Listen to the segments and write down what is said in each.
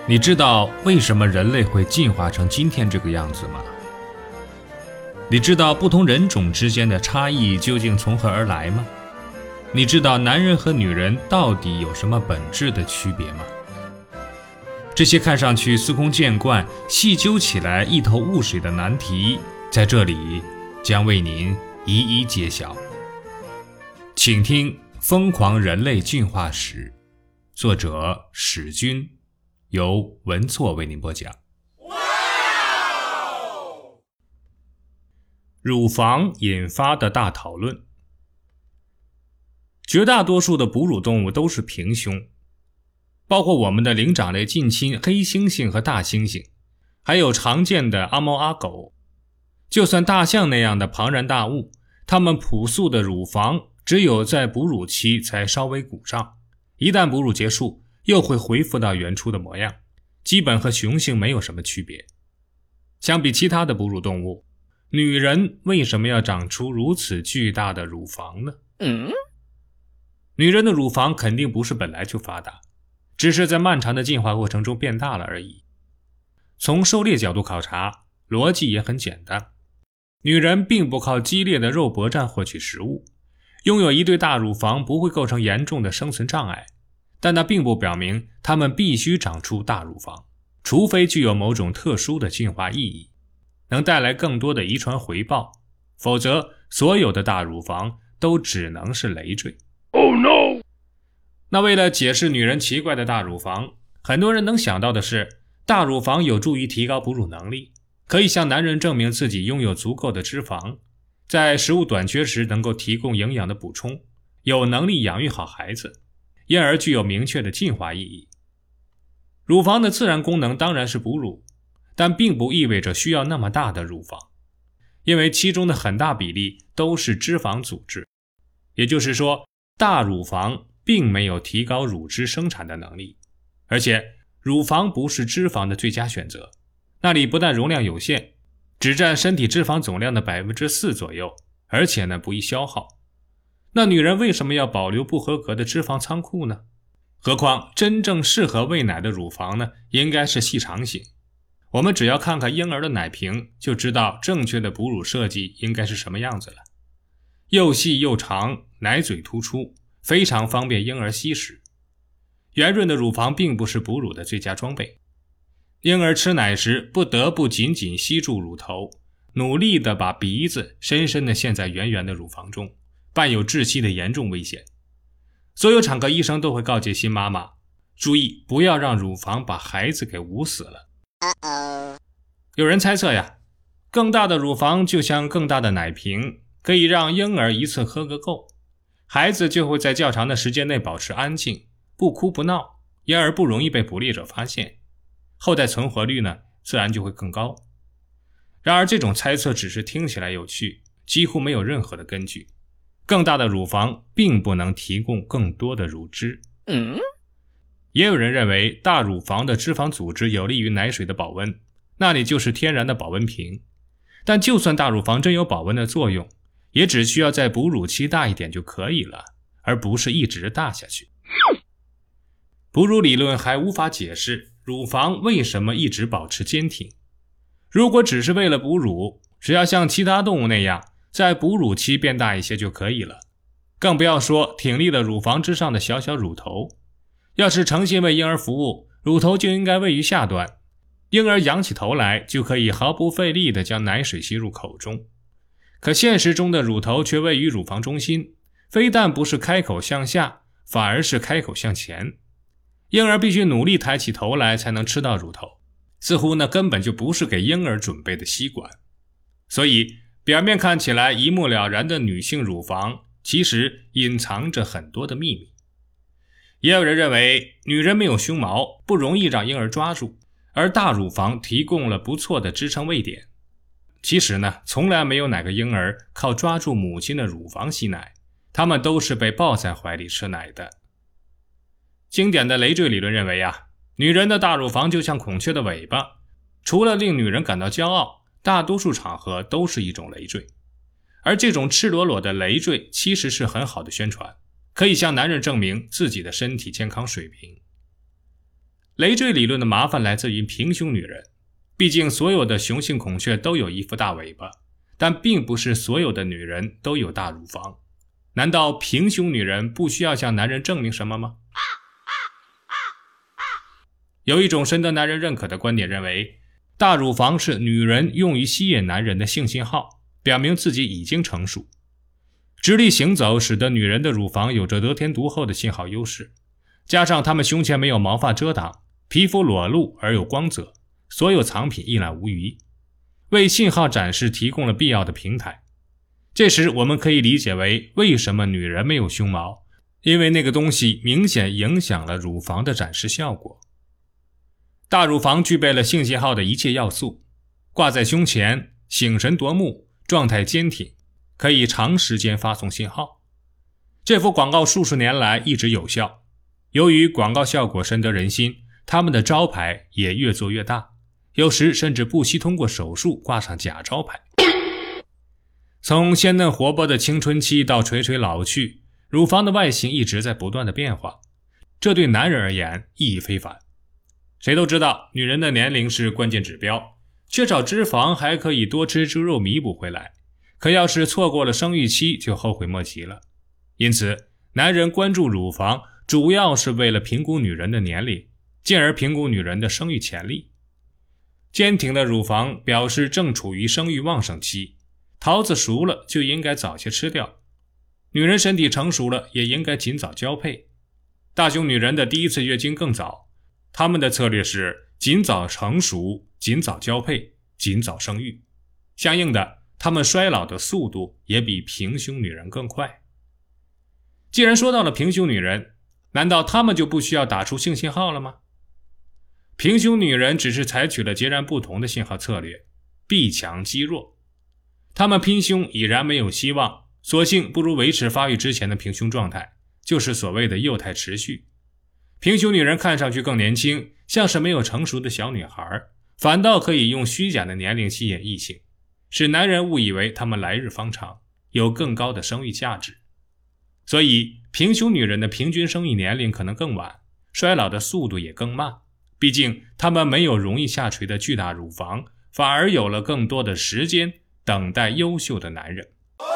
你知道为什么人类会进化成今天这个样子吗？你知道不同人种之间的差异究竟从何而来吗？你知道男人和女人到底有什么本质的区别吗？这些看上去司空见惯，细究起来一头雾水的难题，在这里将为您一一揭晓。请听《疯狂人类进化史》，作者史军，由文措为您播讲。乳房引发的大讨论。绝大多数的哺乳动物都是平胸，包括我们的灵长类近亲黑猩猩和大猩猩，还有常见的阿猫阿狗。就算大象那样的庞然大物，它们朴素的乳房只有在哺乳期才稍微鼓胀，一旦哺乳结束又会恢复到原初的模样，基本和雄性没有什么区别。相比其他的哺乳动物，女人为什么要长出如此巨大的乳房呢？女人的乳房肯定不是本来就发达，只是在漫长的进化过程中变大了而已。从狩猎角度考察，逻辑也很简单。女人并不靠激烈的肉搏战获取食物，拥有一对大乳房不会构成严重的生存障碍，但那并不表明她们必须长出大乳房，除非具有某种特殊的进化意义，能带来更多的遗传回报，否则所有的大乳房都只能是累赘。Oh no！ 那为了解释女人奇怪的大乳房，很多人能想到的是，大乳房有助于提高哺乳能力，可以向男人证明自己拥有足够的脂肪，在食物短缺时能够提供营养的补充，有能力养育好孩子，因而具有明确的进化意义。乳房的自然功能当然是哺乳，但并不意味着需要那么大的乳房，因为其中的很大比例都是脂肪组织，也就是说，大乳房并没有提高乳汁生产的能力，而且乳房不是脂肪的最佳选择，那里不但容量有限，只占身体脂肪总量的 4% 左右，而且呢不易消耗。那女人为什么要保留不合格的脂肪仓库呢？何况真正适合喂奶的乳房呢，应该是细长型。我们只要看看婴儿的奶瓶，就知道正确的哺乳设计应该是什么样子了。又细又长，奶嘴突出，非常方便婴儿吸食。圆润的乳房并不是哺乳的最佳装备。婴儿吃奶时不得不紧紧吸住乳头，努力地把鼻子深深地陷在圆圆的乳房中，伴有窒息的严重危险。所有产科医生都会告诫新妈妈，注意不要让乳房把孩子给捂死了。有人猜测呀，更大的乳房就像更大的奶瓶，可以让婴儿一次喝个够，孩子就会在较长的时间内保持安静，不哭不闹，因而不容易被捕猎者发现，后代存活率呢自然就会更高。然而这种猜测只是听起来有趣，几乎没有任何的根据。更大的乳房并不能提供更多的乳汁。也有人认为大乳房的脂肪组织有利于奶水的保温，那里就是天然的保温瓶。但就算大乳房真有保温的作用，也只需要在哺乳期大一点就可以了，而不是一直大下去。哺乳理论还无法解释乳房为什么一直保持坚挺。如果只是为了哺乳，只要像其他动物那样在哺乳期变大一些就可以了，更不要说挺立的乳房之上的小小乳头。要是诚心为婴儿服务，乳头就应该位于下端，婴儿仰起头来就可以毫不费力地将奶水吸入口中。可现实中的乳头却位于乳房中心，非但不是开口向下，反而是开口向前。婴儿必须努力抬起头来才能吃到乳头，似乎那根本就不是给婴儿准备的吸管。所以表面看起来一目了然的女性乳房，其实隐藏着很多的秘密。也有人认为女人没有胸毛，不容易让婴儿抓住，而大乳房提供了不错的支撑位点。其实呢，从来没有哪个婴儿靠抓住母亲的乳房吸奶，他们都是被抱在怀里吃奶的。经典的累赘理论认为啊，女人的大乳房就像孔雀的尾巴，除了令女人感到骄傲，大多数场合都是一种累赘。而这种赤裸裸的累赘其实是很好的宣传，可以向男人证明自己的身体健康水平。 累赘理论的麻烦来自于平胸女人，毕竟所有的雄性孔雀都有一副大尾巴，但并不是所有的女人都有大乳房。难道平胸女人不需要向男人证明什么吗？有一种深得男人认可的观点认为，大乳房是女人用于吸引男人的性信号，表明自己已经成熟。直立行走使得女人的乳房有着得天独厚的信号优势，加上她们胸前没有毛发遮挡，皮肤裸露而有光泽，所有藏品一览无余，为信号展示提供了必要的平台。这时我们可以理解为为什么女人没有胸毛，因为那个东西明显影响了乳房的展示效果。大乳房具备了性信号的一切要素，挂在胸前，醒神夺目，状态坚挺，可以长时间发送信号。这幅广告数十年来一直有效，由于广告效果深得人心，他们的招牌也越做越大，有时甚至不惜通过手术挂上假招牌。从鲜嫩活泼的青春期到垂垂老去，乳房的外形一直在不断的变化，这对男人而言意义非凡。谁都知道女人的年龄是关键指标，缺少脂肪还可以多吃猪肉弥补回来，可要是错过了生育期就后悔莫及了。因此男人关注乳房主要是为了评估女人的年龄，进而评估女人的生育潜力。坚挺的乳房表示正处于生育旺盛期，桃子熟了就应该早些吃掉，女人身体成熟了也应该尽早交配。大胸女人的第一次月经更早，他们的策略是尽早成熟，尽早交配，尽早生育。相应的，他们衰老的速度也比平胸女人更快。既然说到了平胸女人，难道她们就不需要打出性信号了吗？平胸女人只是采取了截然不同的信号策略，避强击弱。她们拼胸已然没有希望，索性不如维持发育之前的平胸状态，就是所谓的幼态持续。平胸女人看上去更年轻，像是没有成熟的小女孩，反倒可以用虚假的年龄吸引异性，使男人误以为她们来日方长，有更高的生育价值。所以平胸女人的平均生育年龄可能更晚，衰老的速度也更慢，毕竟她们没有容易下垂的巨大乳房，反而有了更多的时间等待优秀的男人。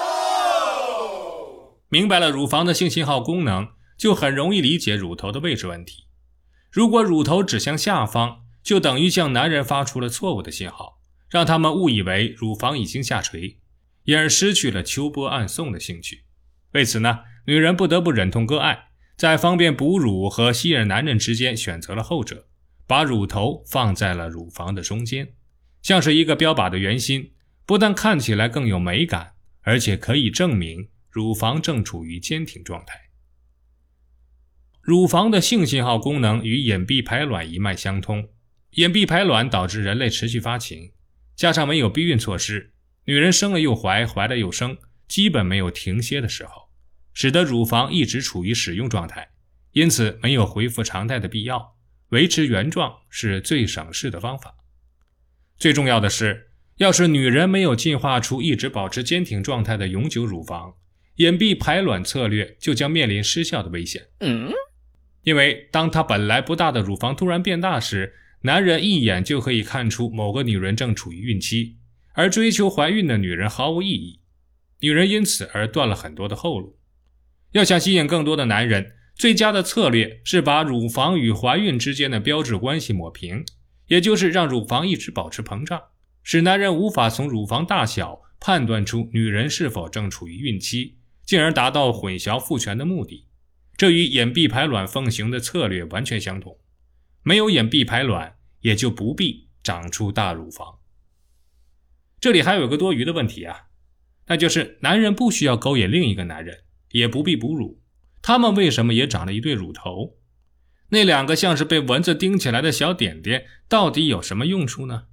明白了乳房的性信号功能，就很容易理解乳头的位置问题。如果乳头指向下方，就等于向男人发出了错误的信号，让他们误以为乳房已经下垂，因而失去了秋波暗送的兴趣。为此呢，女人不得不忍痛割爱，在方便哺乳和吸引男人之间选择了后者，把乳头放在了乳房的中间，像是一个标靶的圆心，不但看起来更有美感，而且可以证明乳房正处于坚挺状态。乳房的性信号功能与隐蔽排卵一脉相通，隐蔽排卵导致人类持续发情，加上没有避孕措施，女人生了又怀，怀了又生，基本没有停歇的时候，使得乳房一直处于使用状态，因此没有恢复常态的必要，维持原状是最省事的方法。最重要的是，要是女人没有进化出一直保持坚挺状态的永久乳房，隐蔽排卵策略就将面临失效的危险。因为当她本来不大的乳房突然变大时，男人一眼就可以看出某个女人正处于孕期，而追求怀孕的女人毫无意义，女人因此而断了很多的后路。要想吸引更多的男人，最佳的策略是把乳房与怀孕之间的标志关系抹平，也就是让乳房一直保持膨胀，使男人无法从乳房大小判断出女人是否正处于孕期，进而达到混淆父权的目的。这与隐蔽排卵奉行的策略完全相同，没有隐蔽排卵，也就不必长出大乳房。这里还有个多余的问题啊，那就是男人不需要勾引另一个男人，也不必哺乳，他们为什么也长了一对乳头？那两个像是被蚊子叮起来的小点点，到底有什么用处呢？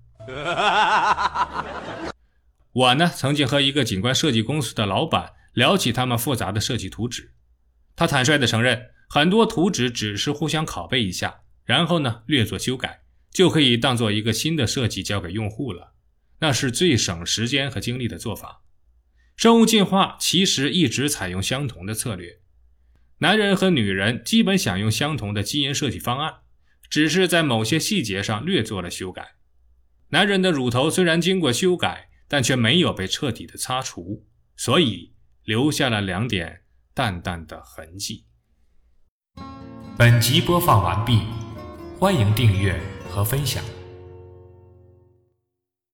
我呢，曾经和一个景观设计公司的老板聊起他们复杂的设计图纸，他坦率地承认，很多图纸只是互相拷贝一下，然后呢略作修改，就可以当做一个新的设计交给用户了，那是最省时间和精力的做法。生物进化其实一直采用相同的策略，男人和女人基本享用相同的基因设计方案， 只是在某些细节上略做了修改。男人的乳头虽然经过修改，但却没有被彻底的擦除，所以留下了2点淡淡的痕迹。 本集播放完毕，欢迎订阅和分享。